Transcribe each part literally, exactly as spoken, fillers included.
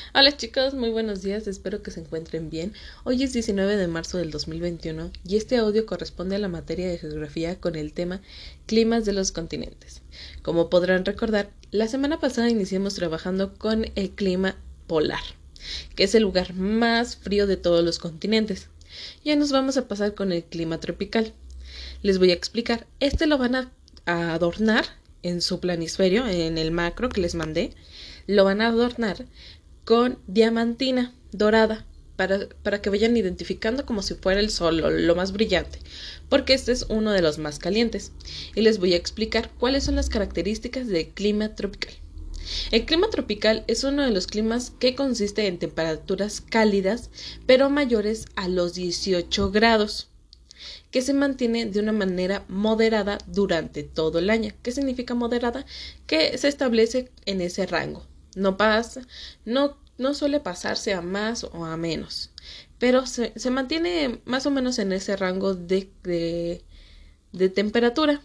Hola chicos, muy buenos días, espero que se encuentren bien. Hoy es diecinueve de marzo del dos mil veintiuno y este audio corresponde a la materia de geografía con el tema climas de los continentes. Como podrán recordar, la semana pasada iniciamos trabajando con el clima polar, que es el lugar más frío de todos los continentes. Ya nos vamos a pasar con el clima tropical. Les voy a explicar, este lo van a, a adornar en su planisferio, en el macro que les mandé, lo van a adornar con diamantina dorada para, para que vayan identificando como si fuera el sol, lo, lo más brillante, porque este es uno de los más calientes. Y les voy a explicar cuáles son las características del clima tropical. El clima tropical es uno de los climas que consiste en temperaturas cálidas, pero mayores a los dieciocho grados, que se mantiene de una manera moderada durante todo el año. ¿Qué significa moderada? Que se establece en ese rango. No pasa, no, no suele pasarse a más o a menos, pero se, se mantiene más o menos en ese rango de, de, de temperatura.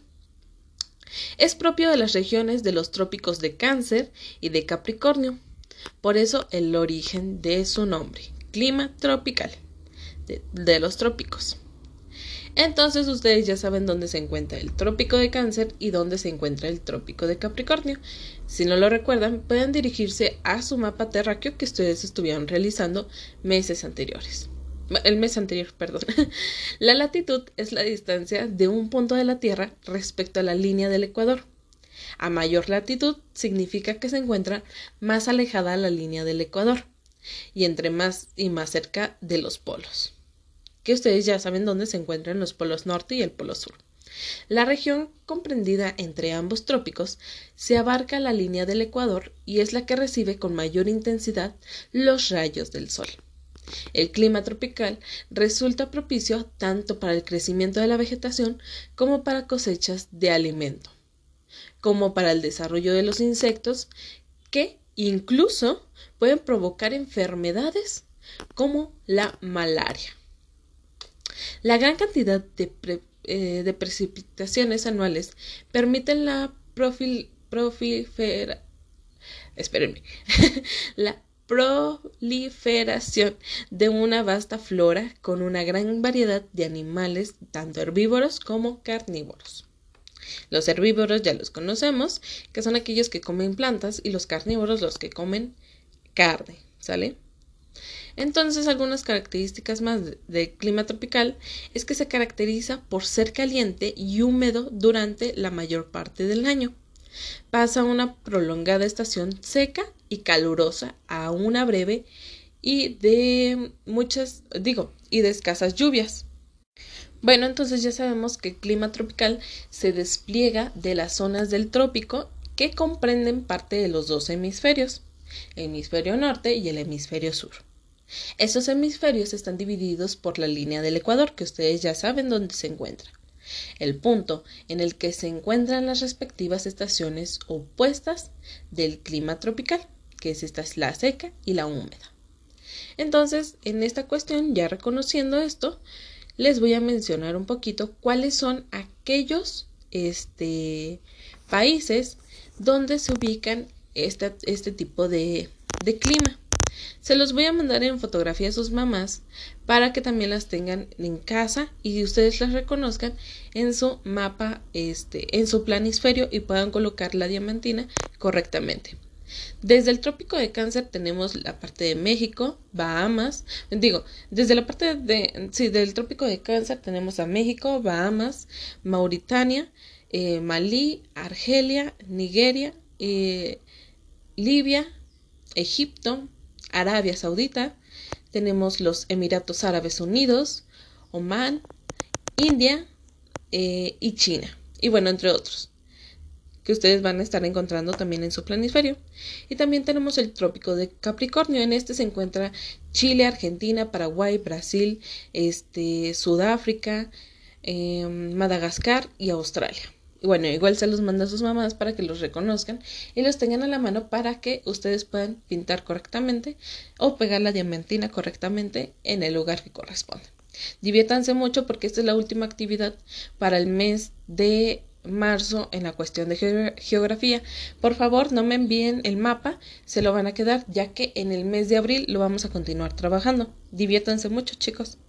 Es propio de las regiones de los trópicos de Cáncer y de Capricornio. Por eso el origen de su nombre, clima tropical, de, de los trópicos. Entonces ustedes ya saben dónde se encuentra el trópico de Cáncer y dónde se encuentra el trópico de Capricornio. Si no lo recuerdan, pueden dirigirse a su mapa terráqueo que ustedes estuvieron realizando meses anteriores. El mes anterior, perdón. La latitud es la distancia de un punto de la Tierra respecto a la línea del Ecuador. A mayor latitud significa que se encuentra más alejada la línea del Ecuador y entre más y más cerca de los polos, que ustedes ya saben dónde se encuentran los polos norte y el polo sur. La región comprendida entre ambos trópicos se abarca la línea del Ecuador y es la que recibe con mayor intensidad los rayos del sol. El clima tropical resulta propicio tanto para el crecimiento de la vegetación como para cosechas de alimento, como para el desarrollo de los insectos que incluso pueden provocar enfermedades como la malaria. La gran cantidad de, pre, eh, de precipitaciones anuales permiten la profil, profilfera, espérenme, la proliferación de una vasta flora con una gran variedad de animales, tanto herbívoros como carnívoros. Los herbívoros ya los conocemos, que son aquellos que comen plantas, y los carnívoros los que comen carne, ¿sale? Entonces, algunas características más del clima tropical es que se caracteriza por ser caliente y húmedo durante la mayor parte del año. Pasa una prolongada estación seca y calurosa a una breve y de muchas, digo, y de escasas lluvias. Bueno, entonces ya sabemos que el clima tropical se despliega de las zonas del trópico que comprenden parte de los dos hemisferios, el hemisferio norte y el hemisferio sur. Estos hemisferios están divididos por la línea del Ecuador, que ustedes ya saben dónde se encuentra, el punto en el que se encuentran las respectivas estaciones opuestas del clima tropical, que es esta, la seca y la húmeda. Entonces, en esta cuestión, ya reconociendo esto, les voy a mencionar un poquito cuáles son aquellos este, países donde se ubican este, este tipo de, de clima. Se los voy a mandar en fotografía a sus mamás para que también las tengan en casa y ustedes las reconozcan en su mapa, este, en su planisferio, y puedan colocar la diamantina correctamente. Desde el trópico de Cáncer tenemos la parte de México, Bahamas, digo, desde la parte de, sí, del trópico de Cáncer tenemos a México, Bahamas, Mauritania, eh, Malí, Argelia, Nigeria, eh, Libia, Egipto, Arabia Saudita, tenemos los Emiratos Árabes Unidos, Omán, India eh, y China, y bueno, entre otros, que ustedes van a estar encontrando también en su planisferio. Y también tenemos el trópico de Capricornio. En este se encuentra Chile, Argentina, Paraguay, Brasil, este, Sudáfrica, eh, Madagascar y Australia. Y bueno, igual se los manda a sus mamás para que los reconozcan y los tengan a la mano para que ustedes puedan pintar correctamente o pegar la diamantina correctamente en el lugar que corresponde. Diviértanse mucho porque esta es la última actividad para el mes de marzo en la cuestión de ge geografía. Por favor, no me envíen el mapa, se lo van a quedar, ya que en el mes de abril lo vamos a continuar trabajando. Diviértanse mucho, chicos.